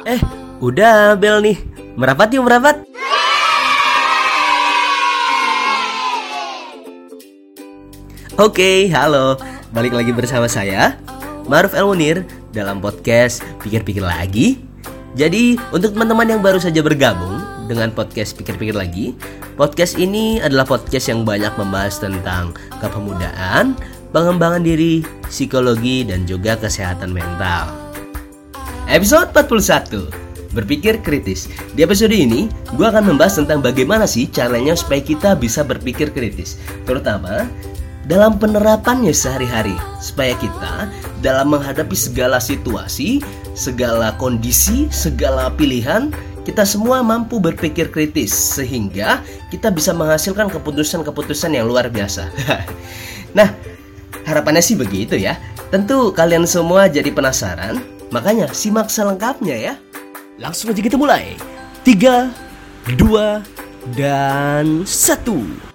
Udah bel nih. Merapat yuk merapat. Oke, halo. Balik lagi bersama saya, Ma'ruf El Munir, dalam podcast Pikir-Pikir Lagi. Jadi, untuk teman-teman yang baru saja bergabung dengan podcast Pikir-Pikir Lagi, podcast ini adalah podcast yang banyak membahas tentang kepemudaan, pengembangan diri, psikologi, dan juga kesehatan mental. Episode 41, Berpikir Kritis. Di episode ini, gue akan membahas tentang bagaimana sih caranya supaya kita bisa berpikir kritis, terutama dalam penerapannya sehari-hari, supaya kita dalam menghadapi segala situasi, segala kondisi, segala pilihan, kita semua mampu berpikir kritis sehingga kita bisa menghasilkan keputusan-keputusan yang luar biasa. Nah, harapannya sih begitu ya. Tentu kalian semua jadi penasaran, makanya simak selengkapnya ya. Langsung aja kita mulai. 3, 2, dan 1.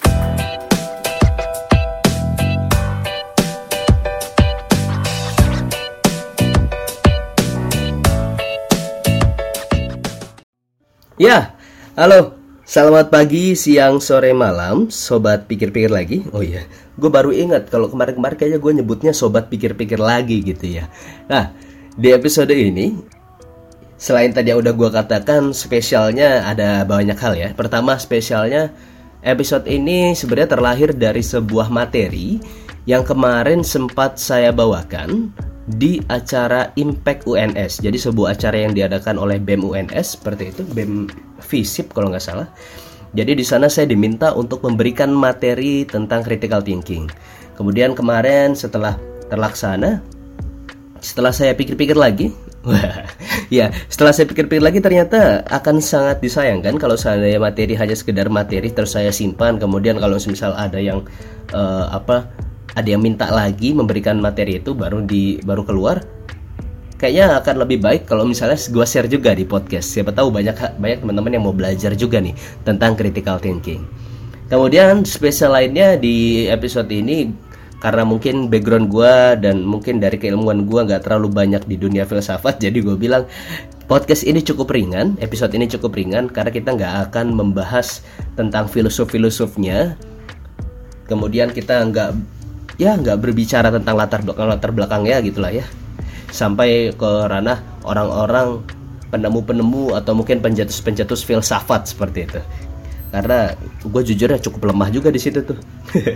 Ya, halo, selamat pagi, siang, sore, malam, sobat pikir-pikir lagi. Oh iya, gue baru ingat kalau kemarin-kemarin kayaknya gue nyebutnya sobat pikir-pikir lagi gitu ya. Nah, di episode ini, selain tadi yang udah gue katakan, spesialnya ada banyak hal ya. Pertama, spesialnya episode ini sebenarnya terlahir dari sebuah materi yang kemarin sempat saya bawakan di acara Impact UNS. Jadi sebuah acara yang diadakan oleh BEM UNS, seperti itu, BEM FISIP kalau nggak salah. Jadi di sana saya diminta untuk memberikan materi tentang critical thinking. Kemudian kemarin setelah terlaksana, setelah saya pikir-pikir lagi, setelah saya pikir-pikir lagi ternyata akan sangat disayangkan kalau seandainya materi hanya sekedar materi terus saya simpan. Kemudian kalau misal ada yang ada yang minta lagi memberikan materi itu baru keluar, kayaknya akan lebih baik kalau misalnya gue share juga di podcast. Siapa tahu banyak teman-teman yang mau belajar juga nih tentang critical thinking. Kemudian spesial lainnya di episode ini, karena mungkin background gue dan mungkin dari keilmuan gue gak terlalu banyak di dunia filsafat, jadi gue bilang podcast ini cukup ringan, episode ini cukup ringan, karena kita gak akan membahas tentang filosof-filosofnya. Kemudian kita nggak berbicara tentang latar belakangnya gitulah ya, sampai ke ranah orang-orang penemu-penemu atau mungkin pencetus filsafat seperti itu. Karena gue jujurnya cukup lemah juga di situ tuh.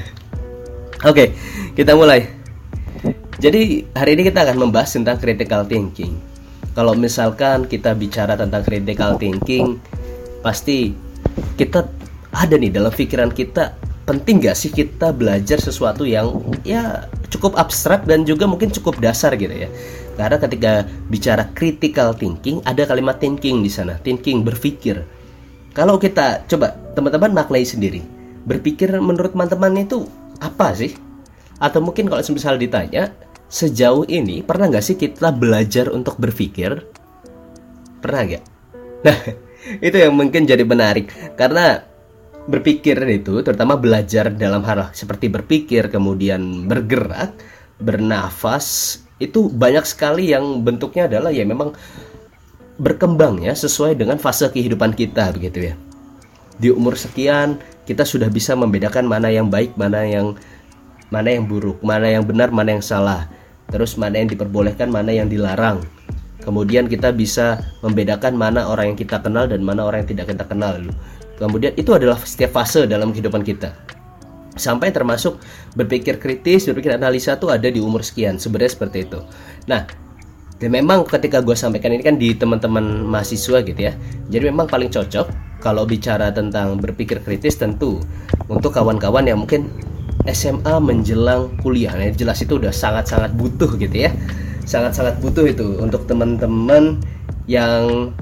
Oke, kita mulai. Jadi hari ini kita akan membahas tentang critical thinking. Kalau misalkan kita bicara tentang critical thinking, pasti kita ada nih dalam pikiran kita, penting gak sih kita belajar sesuatu yang ya cukup abstrak dan juga mungkin cukup dasar gitu ya. Karena ketika bicara critical thinking, ada kalimat thinking di sana, thinking, berpikir. Kalau kita coba teman-teman maknai sendiri, berpikir menurut teman-teman itu apa sih? Atau mungkin kalau misal ditanya, sejauh ini pernah gak sih kita belajar untuk berpikir? Pernah gak? Nah, itu yang mungkin jadi menarik. Karena berpikir itu, terutama belajar dalam hal seperti berpikir, kemudian bergerak, bernafas, itu banyak sekali yang bentuknya adalah ya memang berkembang ya sesuai dengan fase kehidupan kita begitu ya. Di umur sekian kita sudah bisa membedakan mana yang baik, mana yang buruk, mana yang benar, mana yang salah, terus mana yang diperbolehkan, mana yang dilarang. Kemudian kita bisa membedakan mana orang yang kita kenal dan mana orang yang tidak kita kenal. Kemudian itu adalah setiap fase dalam kehidupan kita. Sampai termasuk berpikir kritis, berpikir analisa tuh ada di umur sekian. Sebenarnya seperti itu. Nah, dan memang ketika gue sampaikan ini kan di teman-teman mahasiswa gitu ya. Jadi memang paling cocok kalau bicara tentang berpikir kritis tentu untuk kawan-kawan yang mungkin SMA menjelang kuliah. Nah, jelas itu udah sangat-sangat butuh gitu ya. Sangat-sangat butuh itu untuk teman-teman yang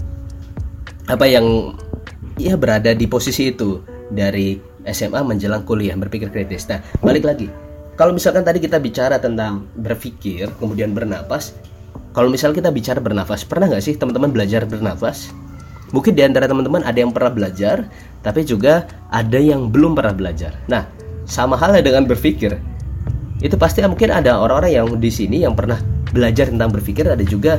ya berada di posisi itu dari SMA menjelang kuliah, berpikir kritis. Nah, balik lagi. Kalau misalkan tadi kita bicara tentang berpikir, kemudian bernapas. Kalau misal kita bicara bernapas, pernah nggak sih teman-teman belajar bernapas? Mungkin di antara teman-teman ada yang pernah belajar, tapi juga ada yang belum pernah belajar. Nah, sama halnya dengan berpikir. Itu pasti mungkin ada orang-orang yang di sini yang pernah belajar tentang berpikir, ada juga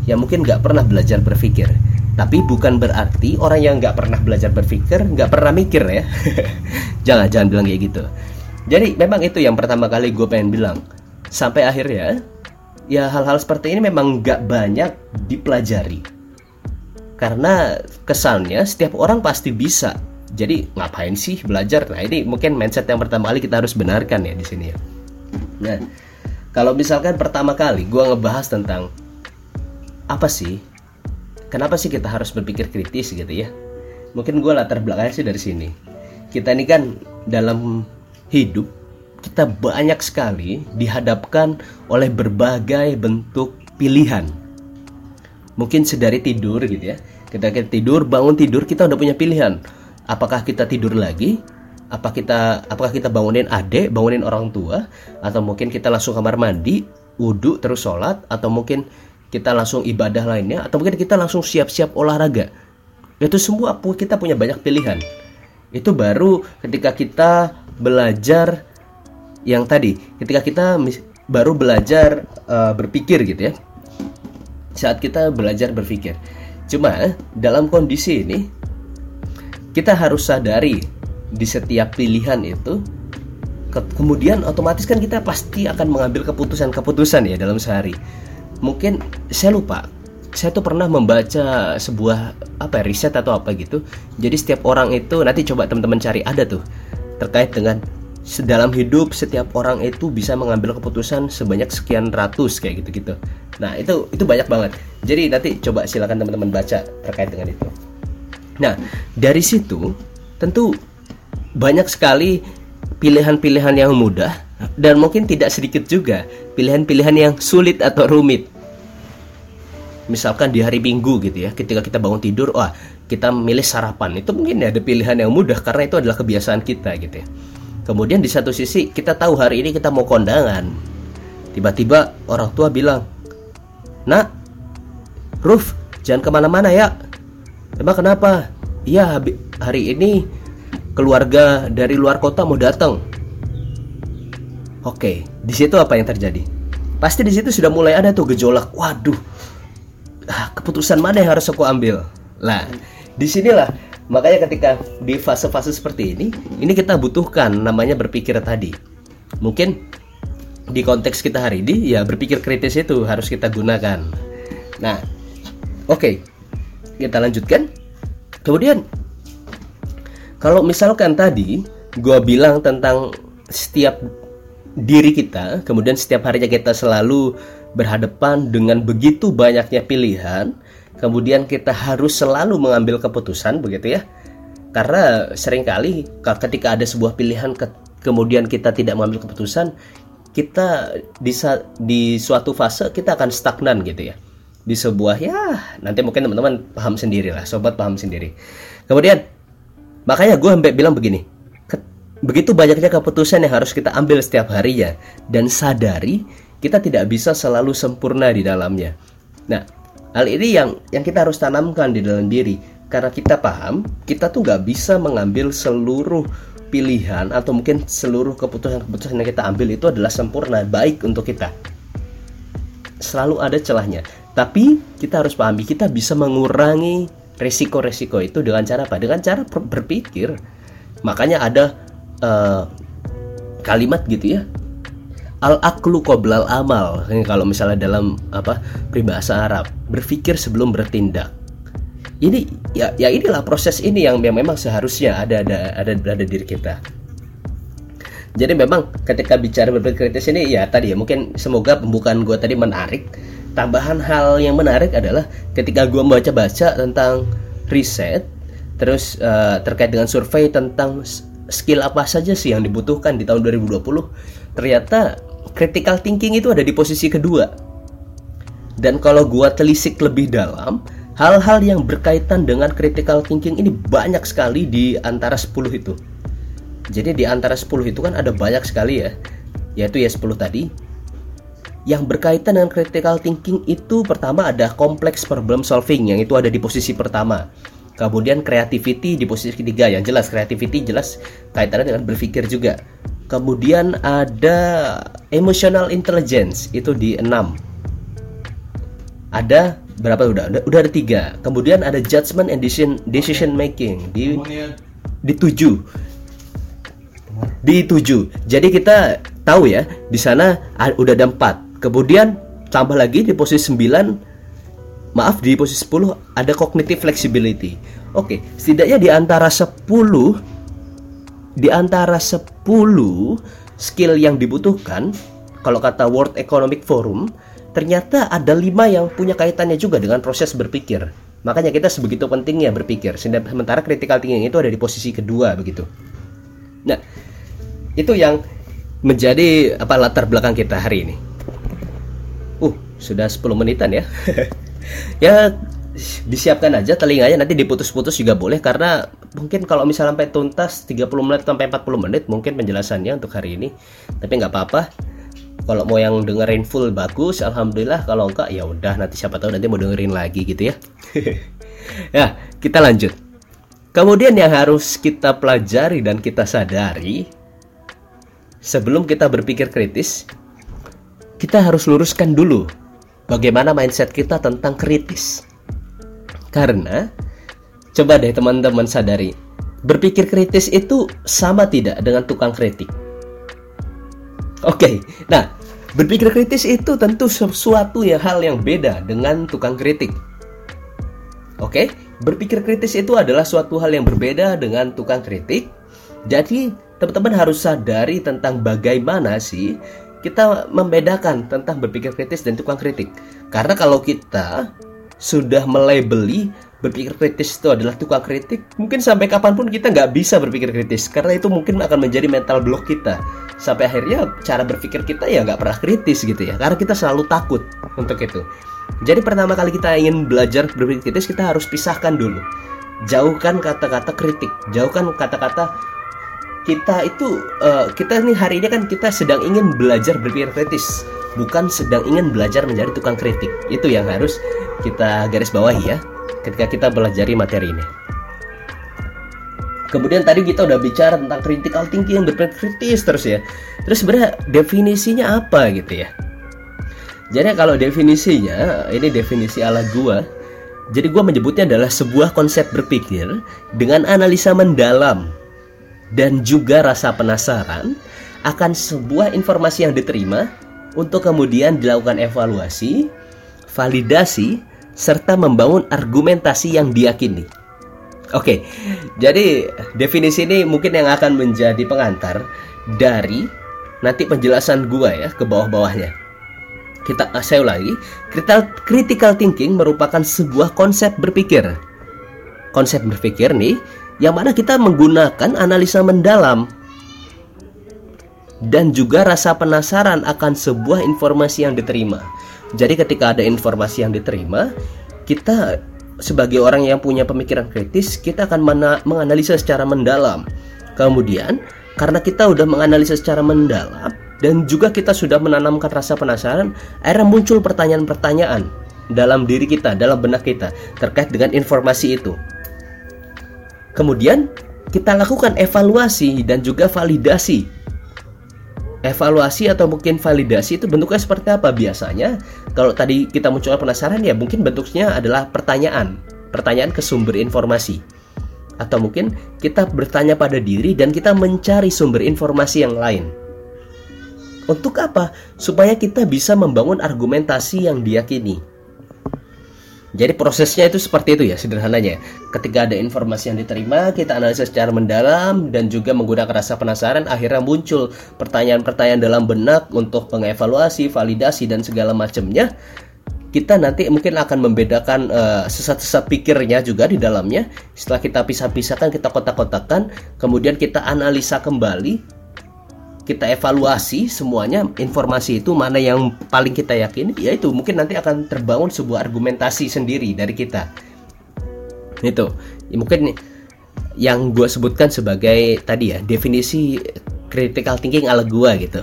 yang mungkin nggak pernah belajar berpikir. Tapi bukan berarti orang yang nggak pernah belajar berpikir nggak pernah mikir ya. Jangan bilang kayak gitu. Jadi memang itu yang pertama kali gue pengen bilang. Sampai akhirnya ya hal-hal seperti ini memang nggak banyak dipelajari. Karena kesannya setiap orang pasti bisa. Jadi ngapain sih belajar? Nah ini mungkin mindset yang pertama kali kita harus benarkan ya di sini ya. Nah kalau misalkan pertama kali gue ngebahas tentang apa sih, kenapa sih kita harus berpikir kritis gitu ya. Mungkin gue latar belakangnya sih dari sini. Kita ini kan dalam hidup kita banyak sekali dihadapkan oleh berbagai bentuk pilihan. Mungkin sedari tidur gitu ya. Kita tidur, bangun tidur, kita udah punya pilihan. Apakah kita tidur lagi? Apakah kita bangunin adik, bangunin orang tua, atau mungkin kita langsung kamar mandi, wudhu terus sholat, atau mungkin kita langsung ibadah lainnya, atau mungkin kita langsung siap-siap olahraga. Itu semua kita punya banyak pilihan. Itu baru ketika kita belajar yang tadi, ketika kita baru belajar berpikir gitu ya. Saat kita belajar berpikir. Cuma dalam kondisi ini kita harus sadari di setiap pilihan itu kemudian otomatis kan kita pasti akan mengambil keputusan ya dalam sehari. Mungkin saya lupa, saya tuh pernah membaca sebuah riset atau apa gitu. Jadi setiap orang itu, nanti coba teman-teman cari, ada tuh terkait dengan dalam hidup setiap orang itu bisa mengambil keputusan sebanyak sekian ratus kayak gitu-gitu. Nah itu banyak banget. Jadi nanti coba silakan teman-teman baca terkait dengan itu. Nah dari situ tentu banyak sekali pilihan-pilihan yang mudah dan mungkin tidak sedikit juga pilihan-pilihan yang sulit atau rumit. Misalkan di hari Minggu gitu ya, ketika kita bangun tidur, kita milih sarapan. Itu mungkin ada pilihan yang mudah karena itu adalah kebiasaan kita gitu ya. Kemudian di satu sisi kita tahu hari ini kita mau kondangan. Tiba-tiba orang tua bilang, "Nak, Ruf, jangan kemana-mana ya." Emang kenapa? Iya, hari ini keluarga dari luar kota mau datang. Oke, di situ apa yang terjadi? Pasti di situ sudah mulai ada tuh gejolak. Waduh, keputusan mana yang harus aku ambil? Lah, disinilah makanya ketika di fase-fase seperti ini kita butuhkan namanya berpikir tadi. Mungkin di konteks kita hari ini ya berpikir kritis itu harus kita gunakan. Nah, oke, kita lanjutkan. Kemudian kalau misalkan tadi gue bilang tentang setiap diri kita, kemudian setiap harinya kita selalu berhadapan dengan begitu banyaknya pilihan, kemudian kita harus selalu mengambil keputusan begitu ya. Karena seringkali ketika ada sebuah pilihan kemudian kita tidak mengambil keputusan, kita di suatu fase kita akan stagnan gitu ya. Di sebuah nanti mungkin teman-teman paham sendiri lah, sobat paham sendiri. Kemudian makanya gue sampai bilang begini, begitu banyaknya keputusan yang harus kita ambil setiap harinya, dan sadari kita tidak bisa selalu sempurna di dalamnya. Nah, hal ini yang kita harus tanamkan di dalam diri, karena kita paham kita tuh gak bisa mengambil seluruh pilihan atau mungkin seluruh keputusan yang kita ambil itu adalah sempurna baik untuk kita. Selalu ada celahnya. Tapi kita harus pahami kita bisa mengurangi resiko-resiko itu dengan cara apa? Dengan cara berpikir. Makanya ada kalimat gitu ya, al-aqlu qoblal amal. Kalau misalnya dalam peribahasa Arab, berpikir sebelum bertindak. Ini ya inilah proses ini yang memang seharusnya ada diri kita. Jadi memang ketika bicara berpikir kritis ini ya tadi ya, mungkin semoga pembukaan gue tadi menarik. Tambahan hal yang menarik adalah ketika gue baca-baca tentang riset, terus terkait dengan survei tentang skill apa saja sih yang dibutuhkan di tahun 2020, ternyata critical thinking itu ada di posisi kedua. Dan kalau gue telisik lebih dalam, hal-hal yang berkaitan dengan critical thinking ini banyak sekali di antara 10 itu. Jadi di antara 10 itu kan ada banyak sekali ya, yaitu ya 10 tadi. Yang berkaitan dengan critical thinking itu pertama ada complex problem solving, yang itu ada di posisi pertama. Kemudian creativity di posisi ketiga, yang jelas creativity jelas kaitannya dengan berpikir juga. Kemudian ada emotional intelligence itu di 6. Ada berapa udah ada 3. Kemudian ada judgment and decision making di 7. Jadi kita tahu ya, di sana udah ada 4. Kemudian tambah lagi di posisi 9, di posisi 10 ada cognitive flexibility. Oke, setidaknya di antara 10 skill yang dibutuhkan, kalau kata World Economic Forum, ternyata ada 5 yang punya kaitannya juga dengan proses berpikir. Makanya kita sebegitu pentingnya berpikir. Sementara critical thinking itu ada di posisi kedua begitu. Nah, itu yang menjadi latar belakang kita hari ini. Sudah 10 menitan ya. Ya, disiapkan aja telinganya, nanti diputus-putus juga boleh, karena mungkin kalau misalnya sampai tuntas 30 menit sampai 40 menit mungkin penjelasannya untuk hari ini. Tapi nggak apa-apa. Kalau mau yang dengerin full bagus, alhamdulillah. Kalau enggak ya udah, nanti siapa tahu nanti mau dengerin lagi gitu ya. Ya, kita lanjut. Kemudian yang harus kita pelajari dan kita sadari sebelum kita berpikir kritis, kita harus luruskan dulu bagaimana mindset kita tentang kritis. Karena coba deh teman-teman sadari, berpikir kritis itu sama tidak dengan tukang kritik? Oke, nah berpikir kritis itu tentu sesuatu hal yang beda dengan tukang kritik. Oke, berpikir kritis itu adalah suatu hal yang berbeda dengan tukang kritik. Jadi teman-teman harus sadari tentang bagaimana sih kita membedakan tentang berpikir kritis dan tukang kritik. Karena kalau kita sudah melabeli berpikir kritis itu adalah tukang kritik, mungkin sampai kapanpun kita nggak bisa berpikir kritis, karena itu mungkin akan menjadi mental block kita. Sampai akhirnya cara berpikir kita ya nggak pernah kritis gitu ya, karena kita selalu takut untuk itu. Jadi pertama kali kita ingin belajar berpikir kritis, kita harus pisahkan dulu. Jauhkan kata-kata kritik, jauhkan kata-kata kita nih hari ini kan kita sedang ingin belajar berpikir kritis, bukan sedang ingin belajar menjadi tukang kritik. Itu yang harus kita garis bawahi ya ketika kita belajari materi ini. Kemudian tadi kita udah bicara tentang critical thinking, berpikir kritis terus ya. Terus sebenarnya definisinya apa gitu ya? Jadi kalau definisinya, ini definisi ala gua. Jadi gua menyebutnya adalah sebuah konsep berpikir dengan analisa mendalam dan juga rasa penasaran akan sebuah informasi yang diterima untuk kemudian dilakukan evaluasi, validasi, serta membangun argumentasi yang diyakini. Oke, jadi definisi ini mungkin yang akan menjadi pengantar dari nanti penjelasan gua ya ke bawah-bawahnya. Saya ulangi, critical thinking merupakan sebuah konsep berpikir. Konsep berpikir nih, yang mana kita menggunakan analisa mendalam dan juga rasa penasaran akan sebuah informasi yang diterima. Jadi ketika ada informasi yang diterima, kita sebagai orang yang punya pemikiran kritis, kita akan menganalisa secara mendalam. Kemudian, karena kita udah menganalisa secara mendalam dan juga kita sudah menanamkan rasa penasaran, akhirnya muncul pertanyaan-pertanyaan dalam diri kita, dalam benak kita terkait dengan informasi itu. Kemudian kita lakukan evaluasi dan juga validasi. Evaluasi atau mungkin validasi itu bentuknya seperti apa? Biasanya kalau tadi kita muncul penasaran ya mungkin bentuknya adalah pertanyaan ke sumber informasi. Atau mungkin kita bertanya pada diri dan kita mencari sumber informasi yang lain. Untuk apa? Supaya kita bisa membangun argumentasi yang diyakini. Jadi prosesnya itu seperti itu ya sederhananya. Ketika ada informasi yang diterima, kita analisa secara mendalam dan juga menggunakan rasa penasaran, akhirnya muncul pertanyaan-pertanyaan dalam benak untuk mengevaluasi, validasi dan segala macamnya. Kita nanti mungkin akan membedakan sesat-sesat pikirnya juga di dalamnya. Setelah kita pisah-pisahkan, kita kotak-kotakan, kemudian kita analisa kembali, kita evaluasi semuanya, informasi itu mana yang paling kita yakini, ya itu mungkin nanti akan terbangun sebuah argumentasi sendiri dari kita. Itu mungkin yang gue sebutkan sebagai tadi ya definisi critical thinking ala gue gitu.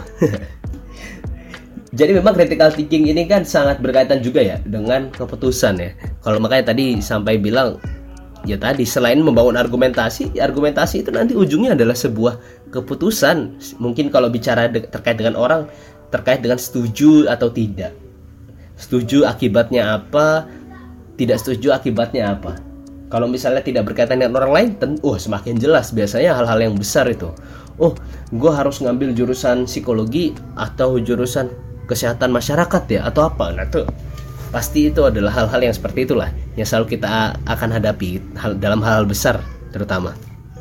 Jadi memang critical thinking ini kan sangat berkaitan juga ya dengan keputusan ya. Kalau makanya tadi sampai bilang ya tadi selain membangun argumentasi itu nanti ujungnya adalah sebuah keputusan. Mungkin kalau bicara terkait dengan orang, terkait dengan setuju atau tidak, setuju akibatnya apa, tidak setuju akibatnya apa. Kalau misalnya tidak berkaitan dengan orang lain, semakin jelas biasanya hal-hal yang besar itu. Gue harus ngambil jurusan psikologi atau jurusan kesehatan masyarakat ya, atau apa. Nah tuh pasti itu adalah hal-hal yang seperti itulah yang selalu kita akan hadapi dalam hal-hal besar terutama.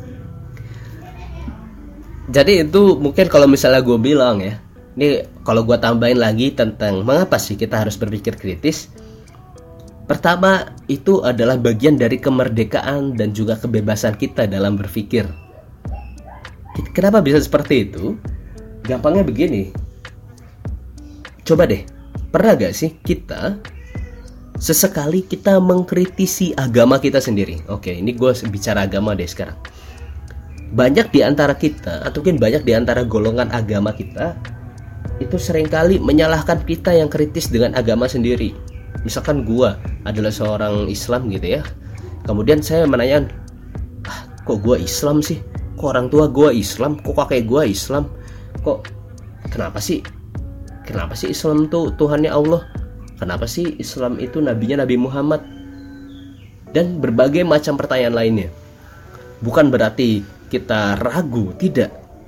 Jadi itu mungkin kalau misalnya gue bilang ya, ini kalau gue tambahin lagi tentang mengapa sih kita harus berpikir kritis. Pertama, itu adalah bagian dari kemerdekaan dan juga kebebasan kita dalam berpikir. Kenapa bisa seperti itu? Gampangnya begini. Coba deh, pernah gak sih kita sesekali kita mengkritisi agama kita sendiri? Oke, ini gue bicara agama deh sekarang. Banyak di antara kita, atau mungkin banyak di antara golongan agama kita, itu seringkali menyalahkan kita yang kritis dengan agama sendiri. Misalkan gue adalah seorang Islam gitu ya, kemudian saya menanyakan, kok gue Islam sih? Kok orang tua gue Islam? Kok kakek gue Islam? Kenapa sih Islam tuh Tuhannya Allah? Kenapa sih Islam itu nabinya Nabi Muhammad? Dan berbagai macam pertanyaan lainnya. Bukan berarti kita ragu, tidak.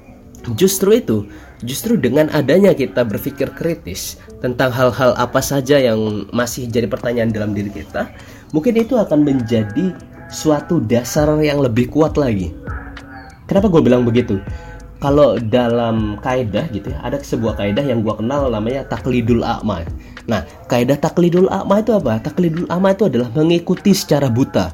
Justru dengan adanya kita berpikir kritis tentang hal-hal apa saja yang masih jadi pertanyaan dalam diri kita, mungkin itu akan menjadi suatu dasar yang lebih kuat lagi. Kenapa gue bilang begitu? Kalau dalam kaidah gitu ya, ada sebuah kaidah yang gue kenal namanya taklidul a'ma. Nah, kaidah taklidul a'ma itu apa? Taklidul a'ma itu adalah mengikuti secara buta.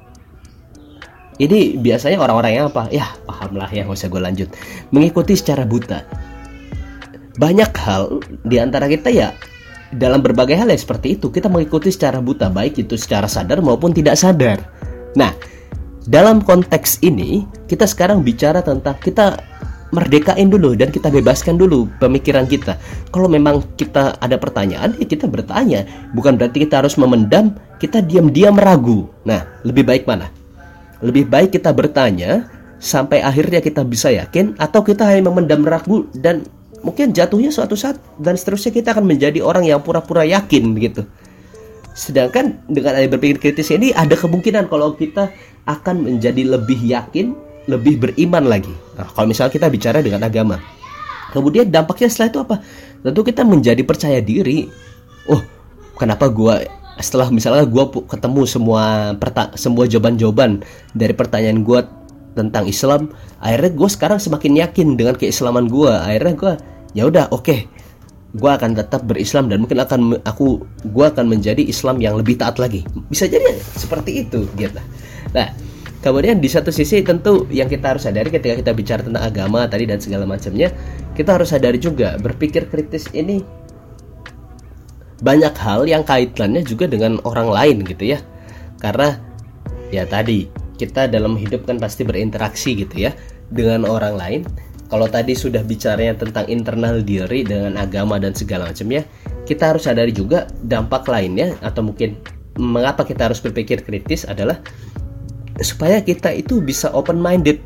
Ini biasanya orang-orang yang apa? Ya, paham lah ya, gak usah gue lanjut. Mengikuti secara buta. Banyak hal di antara kita ya, dalam berbagai hal ya seperti itu, kita mengikuti secara buta, baik itu secara sadar maupun tidak sadar. Nah, dalam konteks ini, kita sekarang bicara tentang kita merdekain dulu dan kita bebaskan dulu pemikiran kita. Kalau memang kita ada pertanyaan, ya kita bertanya. Bukan berarti kita harus memendam, kita diam-diam ragu. Nah, lebih baik mana? Lebih baik kita bertanya sampai akhirnya kita bisa yakin, atau kita hanya memendam ragu dan mungkin jatuhnya suatu saat dan seterusnya kita akan menjadi orang yang pura-pura yakin gitu. Sedangkan dengan ada berpikir kritis ini, ada kemungkinan kalau kita akan menjadi lebih yakin, lebih beriman lagi. Nah, kalau misalnya kita bicara dengan agama, kemudian dampaknya setelah itu apa? Tentu kita menjadi percaya diri. Kenapa setelah misalnya gue ketemu semua jawaban-jawaban dari pertanyaan gue tentang Islam, akhirnya gue sekarang semakin yakin dengan keislaman gue. Akhirnya gue gue akan tetap berislam dan mungkin gue akan menjadi Islam yang lebih taat lagi. Bisa jadi seperti itu gitu. Nah, kemudian di satu sisi tentu yang kita harus sadari ketika kita bicara tentang agama tadi dan segala macamnya, kita harus sadari juga berpikir kritis ini banyak hal yang kaitannya juga dengan orang lain gitu ya. Karena ya tadi kita dalam hidup kan pasti berinteraksi gitu ya dengan orang lain. Kalau tadi sudah bicaranya tentang internal diri dengan agama dan segala macamnya, kita harus sadari juga dampak lainnya, atau mungkin mengapa kita harus berpikir kritis adalah supaya kita itu bisa open minded.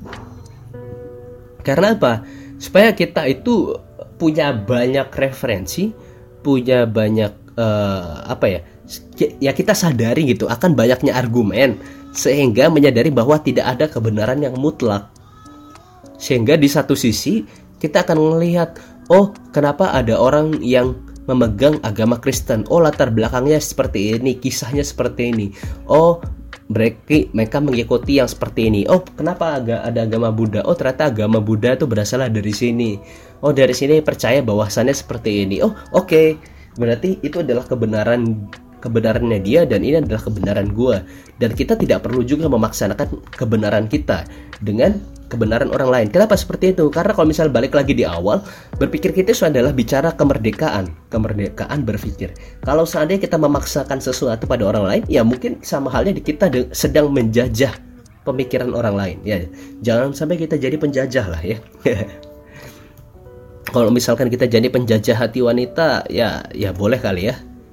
Karena apa? Supaya kita itu punya banyak referensi, punya banyak ya kita sadari gitu akan banyaknya argumen, sehingga menyadari bahwa tidak ada kebenaran yang mutlak. Sehingga di satu sisi kita akan melihat, kenapa ada orang yang memegang agama Kristen, latar belakangnya seperti ini, kisahnya seperti ini, mereka mengikuti yang seperti ini. Kenapa ada agama Buddha? Ternyata agama Buddha itu berasal dari sini. Dari sini percaya bahwasannya seperti ini. Oke. Berarti itu adalah kebenarannya dia dan ini adalah kebenaran gua. Dan kita tidak perlu juga memaksanakan kebenaran kita dengan kebenaran orang lain. Kenapa seperti itu? Karena kalau misalnya balik lagi di awal, berpikir kritis adalah bicara kemerdekaan berpikir. Kalau seandainya kita memaksakan sesuatu pada orang lain, ya mungkin sama halnya kita sedang menjajah pemikiran orang lain. Ya, jangan sampai kita jadi penjajah lah ya. Kalau misalkan kita jadi penjajah hati wanita, ya boleh kali ya.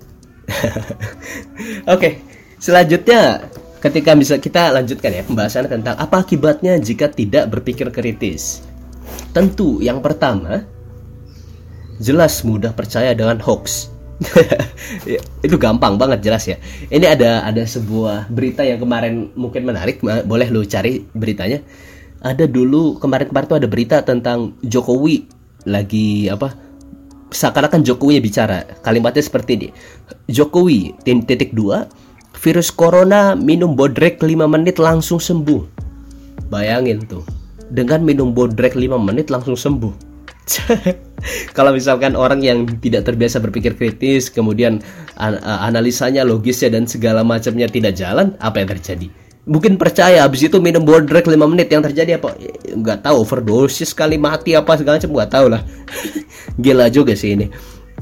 Oke, selanjutnya ketika bisa kita lanjutkan ya pembahasan tentang apa akibatnya jika tidak berpikir kritis. Tentu yang pertama, jelas mudah percaya dengan hoax. Ya, itu gampang banget jelas ya. Ini ada sebuah berita yang kemarin mungkin menarik, boleh lu cari beritanya. Ada dulu kemarin-kemarin tuh ada berita tentang Jokowi lagi apa? Seakan-akan Jokowi bicara. Kalimatnya seperti ini. Jokowi titik 2, virus corona minum bodrek 5 menit langsung sembuh. Bayangin tuh. Dengan minum bodrek 5 menit langsung sembuh. Kalau misalkan orang yang tidak terbiasa berpikir kritis, kemudian analisanya, logisnya dan segala macamnya tidak jalan, apa yang terjadi? Mungkin percaya, habis itu minum bodrek 5 menit, yang terjadi apa? Nggak tahu, overdosis kali, mati apa segala macam, nggak tahu lah. Gila juga sih ini.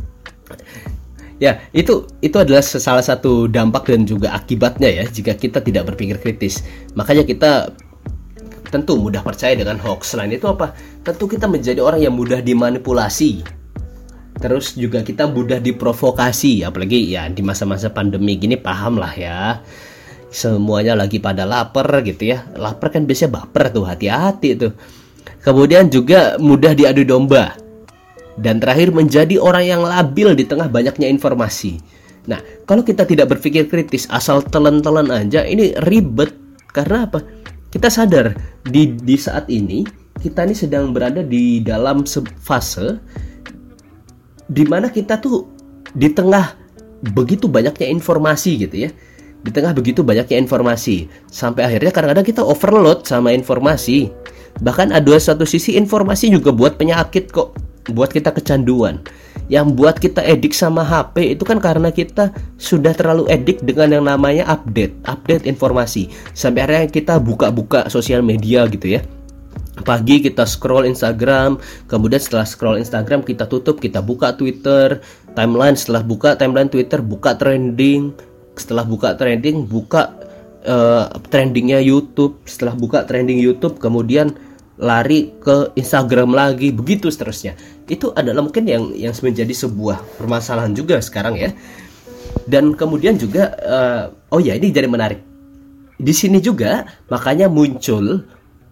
Ya, itu adalah salah satu dampak dan juga akibatnya ya jika kita tidak berpikir kritis. Makanya kita tentu mudah percaya dengan hoax. Selain itu apa? Tentu kita menjadi orang yang mudah dimanipulasi. Terus juga kita mudah diprovokasi. Apalagi ya di masa-masa pandemi gini, paham lah ya. Semuanya lagi pada lapar gitu ya. Lapar kan biasanya baper tuh, hati-hati tuh. Kemudian juga mudah diadu domba. Dan terakhir menjadi orang yang labil di tengah banyaknya informasi. Nah, kalau kita tidak berpikir kritis, asal telan-telan aja, ini ribet. Karena apa? Kita sadar di saat ini kita ini sedang berada di dalam fase di mana kita tuh di tengah begitu banyaknya informasi gitu ya. Di tengah begitu banyaknya informasi sampai akhirnya kadang-kadang kita overload sama informasi. Bahkan ada satu sisi informasi juga buat penyakit kok, buat kita kecanduan. Yang buat kita edik sama HP itu kan karena kita sudah terlalu edik dengan yang namanya update informasi. Sampai akhirnya kita buka-buka sosial media gitu ya. Pagi kita scroll Instagram, kemudian setelah scroll Instagram kita tutup, kita buka Twitter, timeline. Setelah buka timeline Twitter, buka trending. Setelah buka trending, buka trendingnya YouTube. Setelah buka trending YouTube, kemudian lari ke Instagram lagi, begitu seterusnya. Itu adalah mungkin yang menjadi sebuah permasalahan juga sekarang ya. Dan kemudian juga ini jadi menarik. Di sini juga makanya muncul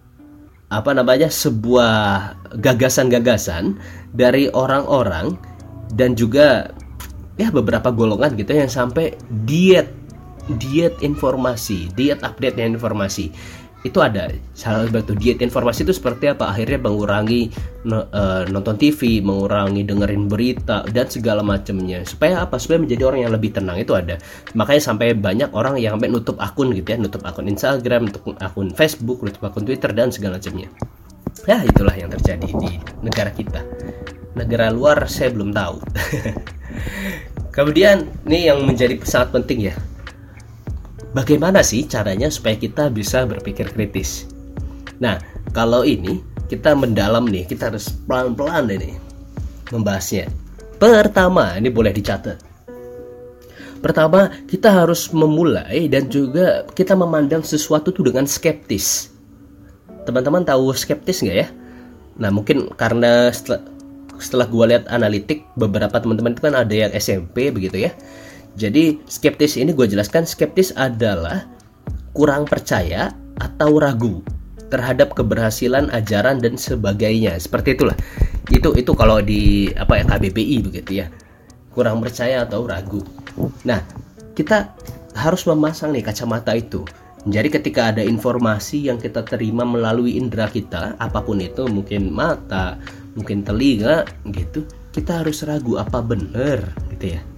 sebuah gagasan-gagasan dari orang-orang dan juga ya beberapa golongan gitu yang sampai diet informasi, diet update informasi. Itu ada salah satu diet informasi itu seperti apa? Akhirnya mengurangi nonton TV, mengurangi dengerin berita dan segala macamnya. Supaya apa? Supaya menjadi orang yang lebih tenang. Itu ada. Makanya sampai banyak orang yang sampai nutup akun gitu ya, nutup akun Instagram, nutup akun Facebook, nutup akun Twitter dan segala macamnya. Ya, itulah yang terjadi di negara kita. Negara luar saya belum tahu. Kemudian nih yang menjadi sangat penting ya. Bagaimana sih caranya supaya kita bisa berpikir kritis? Nah, kalau ini kita mendalam nih, kita harus pelan-pelan ini membahasnya. Pertama, ini boleh dicatat. Pertama, kita harus memulai dan juga kita memandang sesuatu itu dengan skeptis. Teman-teman tahu skeptis nggak ya? Nah, mungkin karena setelah gue lihat analitik, beberapa teman-teman itu kan ada yang SMP begitu ya. Jadi skeptis ini gue jelaskan, skeptis adalah kurang percaya atau ragu terhadap keberhasilan ajaran dan sebagainya. Seperti itulah. Itu kalau di KBBI begitu ya. Kurang percaya atau ragu. Nah, kita harus memasang nih kacamata itu. Jadi ketika ada informasi yang kita terima melalui indera kita, apapun itu, mungkin mata, mungkin telinga gitu, kita harus ragu apa benar gitu ya.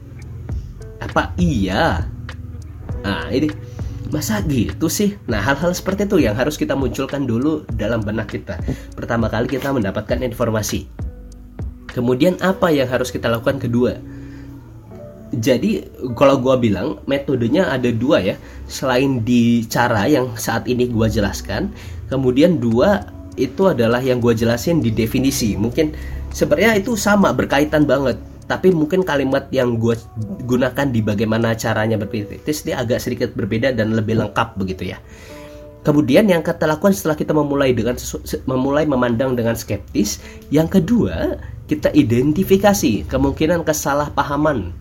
Apa iya? Nah, ini masa gitu sih? Nah, hal-hal seperti itu yang harus kita munculkan dulu dalam benak kita. Pertama kali kita mendapatkan informasi. Kemudian apa yang harus kita lakukan kedua? Jadi, kalau gua bilang metodenya ada dua ya. Selain di cara yang saat ini gua jelaskan, kemudian dua itu adalah yang gua jelasin di definisi. Mungkin sebenarnya itu sama, berkaitan banget. Tapi mungkin kalimat yang gue gunakan di bagaimana caranya berpikir kritis dia agak sedikit berbeda dan lebih lengkap begitu ya. Kemudian yang kita lakukan setelah kita memulai memandang dengan skeptis, yang kedua kita identifikasi kemungkinan kesalahpahaman,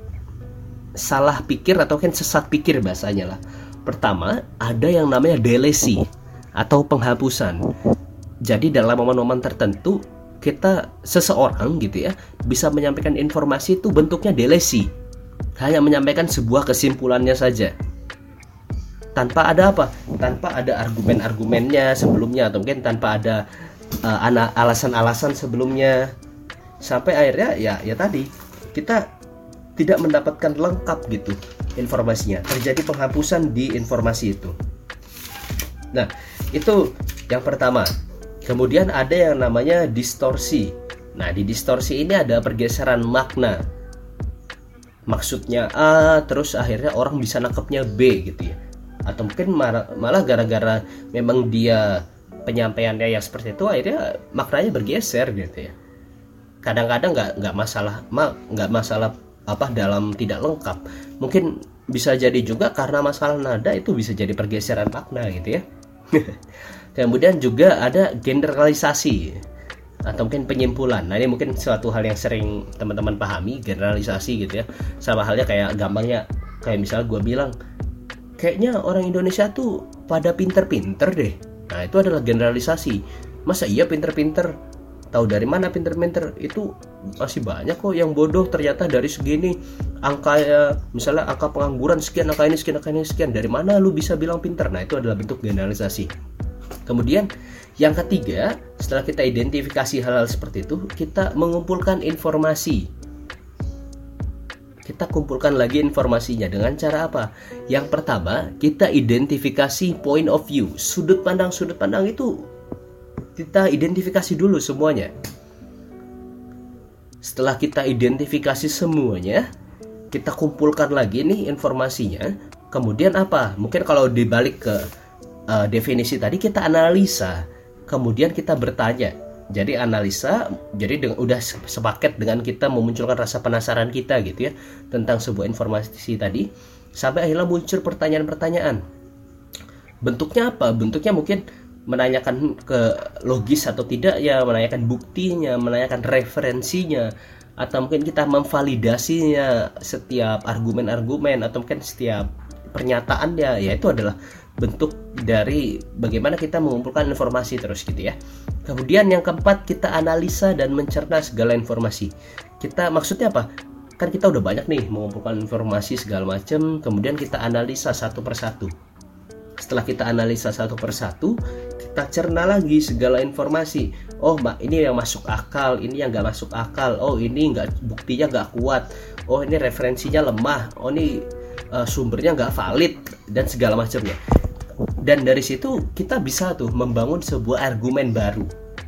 salah pikir atau kan sesat pikir bahasanya lah. Pertama ada yang namanya delesi atau penghapusan. Jadi dalam momen-momen tertentu seseorang gitu ya bisa menyampaikan informasi itu bentuknya delesi, hanya menyampaikan sebuah kesimpulannya saja tanpa ada tanpa ada argumen-argumennya sebelumnya, atau mungkin tanpa ada alasan-alasan sebelumnya, sampai akhirnya ya tadi kita tidak mendapatkan lengkap gitu informasinya, terjadi penghapusan di informasi itu. Nah, itu yang pertama. Kemudian ada yang namanya distorsi. Nah, di distorsi ini ada pergeseran makna. Maksudnya A, terus akhirnya orang bisa nangkepnya B gitu ya. Atau mungkin malah gara-gara memang dia penyampaiannya yang seperti itu, akhirnya maknanya bergeser gitu ya. Kadang-kadang nggak masalah dalam tidak lengkap. Mungkin bisa jadi juga karena masalah nada itu bisa jadi pergeseran makna gitu ya. Kemudian juga ada generalisasi atau mungkin penyimpulan. Nah, ini mungkin suatu hal yang sering teman-teman pahami, generalisasi gitu ya. Sama halnya kayak gampangnya kayak misalnya gue bilang kayaknya orang Indonesia tuh pada pinter-pinter deh. Nah, itu adalah generalisasi. Masa iya pinter-pinter? Tahu dari mana pinter-pinter? Itu masih banyak kok yang bodoh ternyata dari segini. Misalnya angka pengangguran sekian, angka ini sekian. Dari mana lu bisa bilang pinter? Nah, itu adalah bentuk generalisasi. Kemudian yang ketiga, setelah kita identifikasi hal-hal seperti itu, kita mengumpulkan informasi. Kita kumpulkan lagi informasinya dengan cara apa? Yang pertama, kita identifikasi point of view. Sudut pandang itu kita identifikasi dulu semuanya. Setelah kita identifikasi semuanya, kita kumpulkan lagi nih informasinya. Kemudian apa? Mungkin kalau dibalik ke definisi tadi, kita analisa. Kemudian kita bertanya. Jadi analisa, jadi udah sepaket dengan kita memunculkan rasa penasaran kita gitu ya tentang sebuah informasi tadi, sampai akhirnya muncul pertanyaan-pertanyaan. Bentuknya apa? Bentuknya mungkin menanyakan ke logis atau tidak ya, menanyakan buktinya, menanyakan referensinya, atau mungkin kita memvalidasinya setiap argumen-argumen atau mungkin setiap pernyataannya. Ya, itu adalah bentuk dari bagaimana kita mengumpulkan informasi terus gitu ya. Kemudian yang keempat, kita analisa dan mencerna segala informasi. Kita maksudnya apa? Kan kita udah banyak nih mengumpulkan informasi segala macam, kemudian kita analisa satu persatu. Setelah kita analisa satu persatu, kita cerna lagi segala informasi. Oh, ini yang masuk akal, ini yang nggak masuk akal. Oh, ini buktinya nggak kuat. Oh, ini referensinya lemah. Oh, ini sumbernya nggak valid dan segala macamnya. Dan dari situ kita bisa tuh membangun sebuah argumen baru.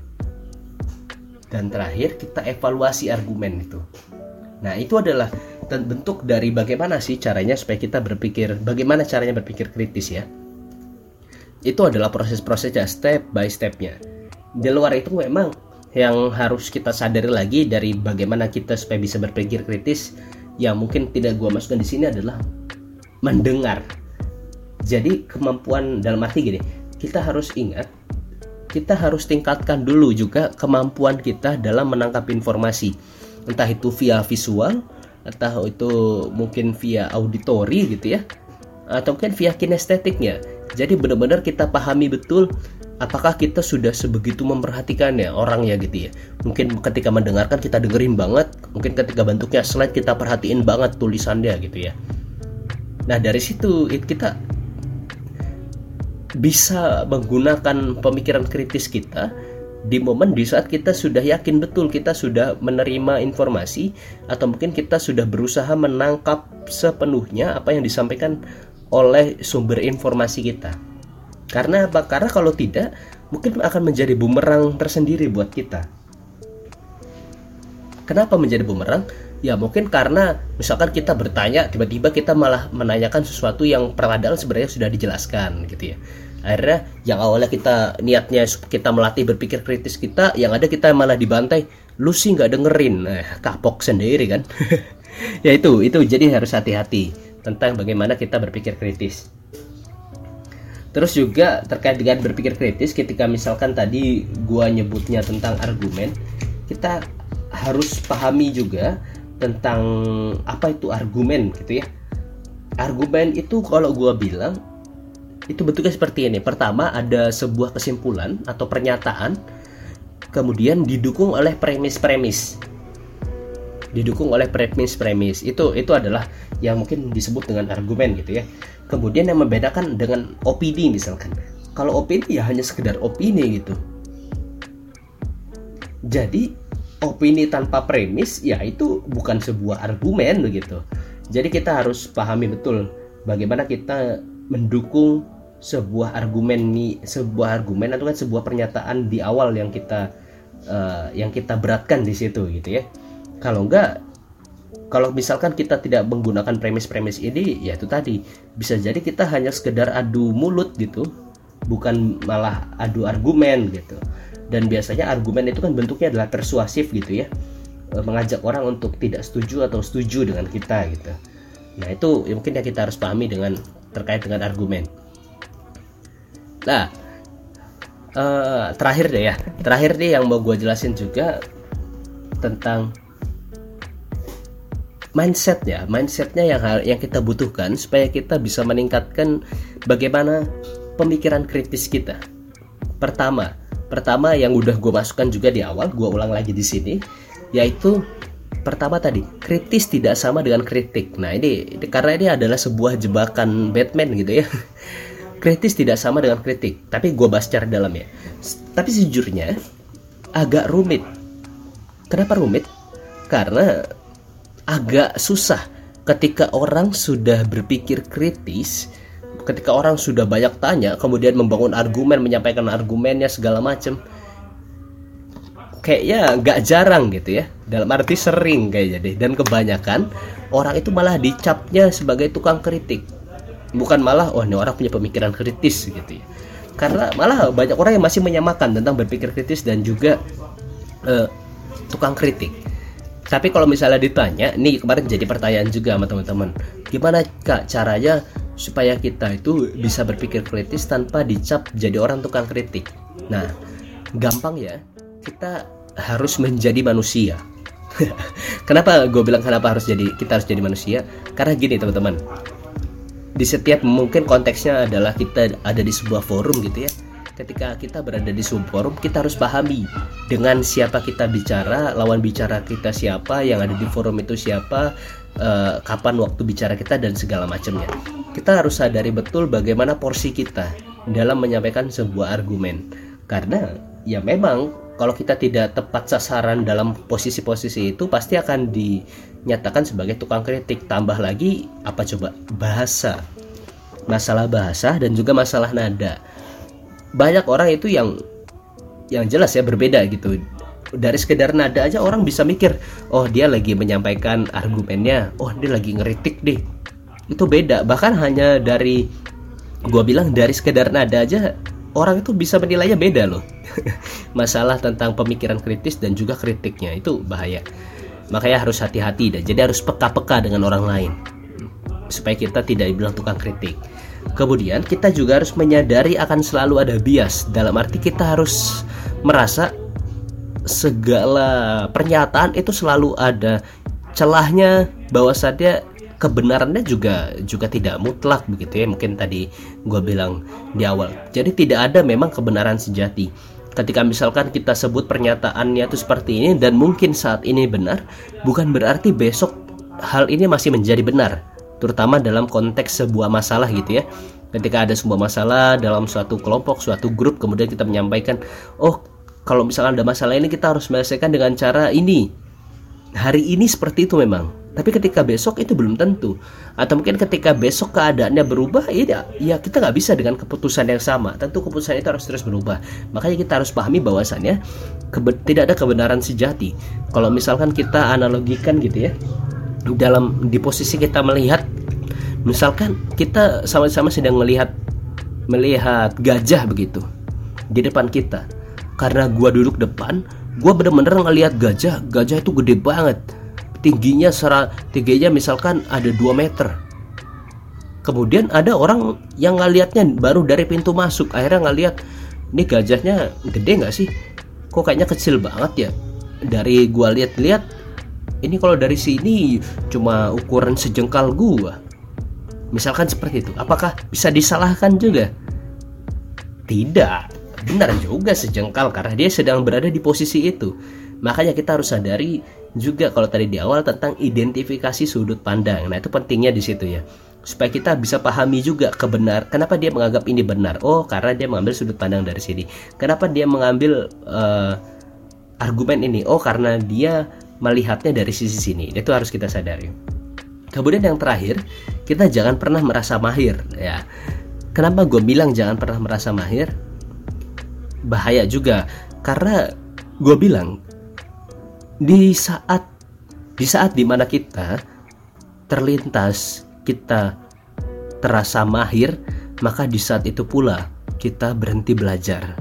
Dan terakhir kita evaluasi argumen itu. Nah, itu adalah bentuk dari bagaimana sih caranya supaya kita bagaimana caranya berpikir kritis ya. Itu adalah proses-prosesnya, step by stepnya. Di luar itu memang yang harus kita sadari lagi dari bagaimana kita supaya bisa berpikir kritis, yang mungkin tidak gua masukkan di sini adalah mendengar. Jadi kemampuan dalam arti gini, kita harus ingat, kita harus tingkatkan dulu juga kemampuan kita dalam menangkap informasi. Entah itu via visual, entah itu mungkin via auditori gitu ya, atau mungkin via kinestetiknya. Jadi benar-benar kita pahami betul apakah kita sudah sebegitu memperhatikannya orangnya gitu ya. Mungkin ketika mendengarkan kita dengerin banget, mungkin ketika bentuknya slide kita perhatiin banget tulisannya gitu ya. Nah, dari situ kita bisa menggunakan pemikiran kritis kita di momen di saat kita sudah yakin betul kita sudah menerima informasi, atau mungkin kita sudah berusaha menangkap sepenuhnya apa yang disampaikan oleh sumber informasi kita. Karena apa? Karena kalau tidak, mungkin akan menjadi bumerang tersendiri buat kita. Kenapa menjadi bumerang? Ya mungkin karena misalkan kita bertanya, tiba-tiba kita malah menanyakan sesuatu yang padahal sebenarnya sudah dijelaskan gitu ya. Akhirnya yang awalnya kita niatnya kita melatih berpikir kritis kita, yang ada kita malah dibantai, lu sih nggak dengerin, kapok sendiri kan. Ya itu jadi harus hati-hati tentang bagaimana kita berpikir kritis. Terus juga terkait dengan berpikir kritis, ketika misalkan tadi gua nyebutnya tentang argumen, kita harus pahami juga tentang apa itu argumen gitu ya. Argumen itu kalau gua bilang itu bentuknya seperti ini. Pertama, ada sebuah kesimpulan atau pernyataan kemudian didukung oleh premis-premis. Itu adalah yang mungkin disebut dengan argumen gitu ya. Kemudian yang membedakan dengan opini misalkan. Kalau opini ya hanya sekedar opini gitu. Jadi opini tanpa premis ya itu bukan sebuah argumen begitu. Jadi kita harus pahami betul bagaimana kita mendukung sebuah argumen atau kan sebuah pernyataan di awal yang kita beratkan di situ gitu ya. Kalau misalkan kita tidak menggunakan premis-premis ini, ya itu tadi bisa jadi kita hanya sekedar adu mulut gitu, bukan malah adu argumen gitu. Dan biasanya argumen itu kan bentuknya adalah persuasif gitu ya, mengajak orang untuk tidak setuju atau setuju dengan kita gitu. Nah itu ya mungkin yang kita harus pahami terkait dengan argumen. Nah terakhir deh yang mau gue jelasin juga tentang mindsetnya yang kita butuhkan supaya kita bisa meningkatkan bagaimana pemikiran kritis kita. Pertama yang udah gue masukkan juga di awal, gue ulang lagi di sini, yaitu pertama tadi, kritis tidak sama dengan kritik. Nah ini karena ini adalah sebuah jebakan Batman gitu ya. Kritis tidak sama dengan kritik, tapi gue bahas secara dalam ya. Tapi sejujurnya agak rumit. Kenapa rumit? Karena agak susah ketika orang sudah berpikir kritis, ketika orang sudah banyak tanya, kemudian membangun argumen, menyampaikan argumennya segala macam. Kayaknya nggak jarang gitu ya, dalam arti sering kayaknya deh. Dan kebanyakan orang itu malah dicapnya sebagai tukang kritik, bukan malah ini orang punya pemikiran kritis gitu ya. Karena malah banyak orang yang masih menyamakan tentang berpikir kritis dan juga tukang kritik. Tapi kalau misalnya ditanya, nih kemarin jadi pertanyaan juga sama teman-teman, gimana Kak caranya supaya kita itu bisa berpikir kritis tanpa dicap jadi orang tukang kritik? Nah, gampang ya, kita harus menjadi manusia. Kenapa gue bilang kita harus jadi manusia? Karena gini teman-teman, di setiap mungkin konteksnya adalah kita ada di sebuah forum gitu ya. Ketika kita berada di sebuah forum, kita harus pahami dengan siapa kita bicara, lawan bicara kita siapa, yang ada di forum itu siapa, kapan waktu bicara kita dan segala macamnya. Kita harus sadari betul bagaimana porsi kita dalam menyampaikan sebuah argumen. Karena ya memang kalau kita tidak tepat sasaran dalam posisi-posisi itu pasti akan dinyatakan sebagai tukang kritik. Tambah lagi apa coba? Masalah bahasa dan juga masalah nada. Banyak orang itu yang jelas ya berbeda gitu. Dari sekedar nada aja orang bisa mikir, oh dia lagi menyampaikan argumennya, oh dia lagi ngeritik deh. Itu beda. Bahkan hanya dari sekedar nada aja orang itu bisa menilainya beda loh. Masalah tentang pemikiran kritis dan juga kritiknya itu bahaya. Makanya harus hati-hati dan jadi harus peka-peka dengan orang lain supaya kita tidak dibilang tukang kritik. Kemudian kita juga harus menyadari akan selalu ada bias. Dalam arti kita harus merasa segala pernyataan itu selalu ada celahnya, bahwasannya kebenarannya juga tidak mutlak begitu ya. Mungkin tadi gue bilang di awal. Jadi tidak ada memang kebenaran sejati. Ketika misalkan kita sebut pernyataannya itu seperti ini dan mungkin saat ini benar, bukan berarti besok hal ini masih menjadi benar. Terutama dalam konteks sebuah masalah gitu ya. Ketika ada sebuah masalah dalam suatu kelompok, suatu grup, kemudian kita menyampaikan, oh kalau misalkan ada masalah ini kita harus menyelesaikan dengan cara ini. Hari ini seperti itu memang. Tapi ketika besok itu belum tentu. Atau mungkin ketika besok keadaannya berubah, ya kita nggak bisa dengan keputusan yang sama. Tentu keputusan itu harus terus berubah. Makanya kita harus pahami bahwasannya tidak ada kebenaran sejati. Kalau misalkan kita analogikan gitu ya, di posisi kita melihat, misalkan kita sama-sama sedang melihat gajah begitu di depan kita. Karena gua duduk depan, gua bener-bener ngelihat gajah itu gede banget. Tingginya misalkan ada 2 meter. Kemudian ada orang yang ngelihatnya baru dari pintu masuk. Akhirnya ngelihat, ini gajahnya gede gak sih? Kok kayaknya kecil banget ya? Dari gua lihat-lihat, ini kalau dari sini cuma ukuran sejengkal gua. Misalkan seperti itu. Apakah bisa disalahkan juga? Tidak. benar juga sejengkal karena dia sedang berada di posisi itu. Makanya kita harus sadari juga kalau tadi di awal tentang identifikasi sudut pandang. Nah, itu pentingnya di situ ya. Supaya kita bisa pahami juga kenapa dia menganggap ini benar. Oh, karena dia mengambil sudut pandang dari sini. Kenapa dia mengambil argumen ini? Oh, karena dia melihatnya dari sisi sini. Itu harus kita sadari. Kemudian yang terakhir, kita jangan pernah merasa mahir ya. Kenapa gue bilang jangan pernah merasa mahir? Bahaya juga karena gue bilang di saat dimana kita terlintas, kita terasa mahir, maka di saat itu pula kita berhenti belajar.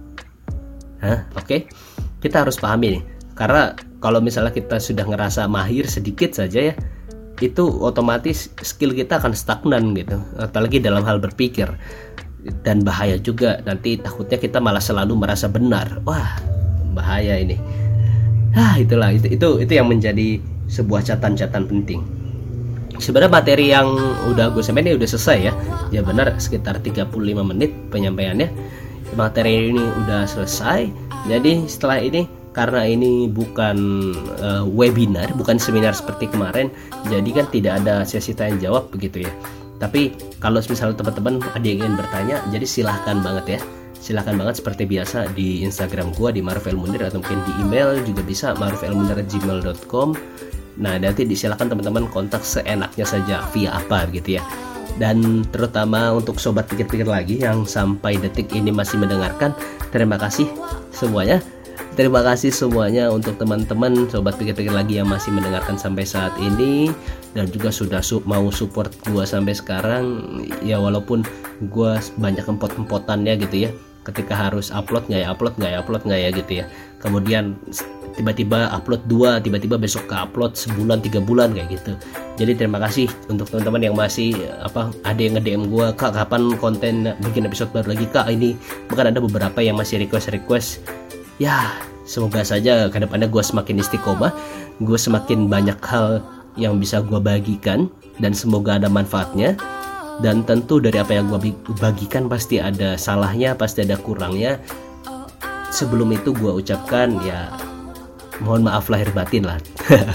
Oke? Kita harus pahami nih, karena kalau misalnya kita sudah ngerasa mahir sedikit saja ya, itu otomatis skill kita akan stagnan gitu, apalagi dalam hal berpikir. Dan bahaya juga, nanti takutnya kita malah selalu merasa benar. Wah, bahaya ini. Itulah itu yang menjadi sebuah catatan penting. Sebenarnya materi yang udah gue sampaikan ini udah selesai ya. Ya benar, sekitar 35 menit penyampaiannya. Materi ini udah selesai. Jadi setelah ini, karena ini bukan webinar, bukan seminar seperti kemarin, jadi kan tidak ada sesi tanya jawab begitu ya. Tapi kalau misalnya teman-teman ada yang ingin bertanya, jadi silahkan banget ya. Silahkan banget seperti biasa di Instagram gua di Ma'ruf El Munir, atau mungkin di email juga bisa marufelmunir@gmail.com. Nah, nanti silakan teman-teman kontak seenaknya saja via apa gitu ya. Dan terutama untuk sobat pikir-pikir lagi yang sampai detik ini masih mendengarkan, terima kasih semuanya. Terima kasih semuanya untuk teman-teman sobat pikir-pikir lagi yang masih mendengarkan sampai saat ini, dan juga sudah mau support gua sampai sekarang ya, walaupun gua banyak empot-empotannya gitu ya, ketika harus upload nggak ya gitu ya. Kemudian tiba-tiba upload 2, tiba-tiba besok ke upload sebulan 3 bulan kayak gitu. Jadi terima kasih untuk teman-teman yang masih ada yang nge-DM gua, Kak kapan konten bikin episode baru lagi Kak. Ini bahkan ada beberapa yang masih request. Ya, semoga saja kedepannya gue semakin istiqomah, gue semakin banyak hal yang bisa gue bagikan, dan semoga ada manfaatnya. Dan tentu dari apa yang gue bagikan pasti ada salahnya, pasti ada kurangnya. Sebelum itu gue ucapkan ya, mohon maaf lahir batin lah.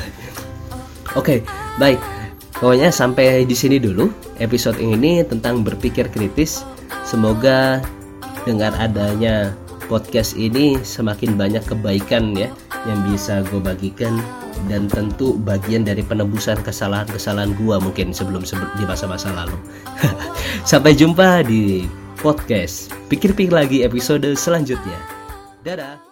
Oke, baik. Pokoknya sampai di sini dulu episode ini tentang berpikir kritis. Semoga dengan adanya podcast ini semakin banyak kebaikan ya yang bisa gue bagikan, dan tentu bagian dari penebusan kesalahan-kesalahan gue mungkin sebelum di masa-masa lalu. Sampai jumpa di podcast pikir-pikir lagi episode selanjutnya. Dadah.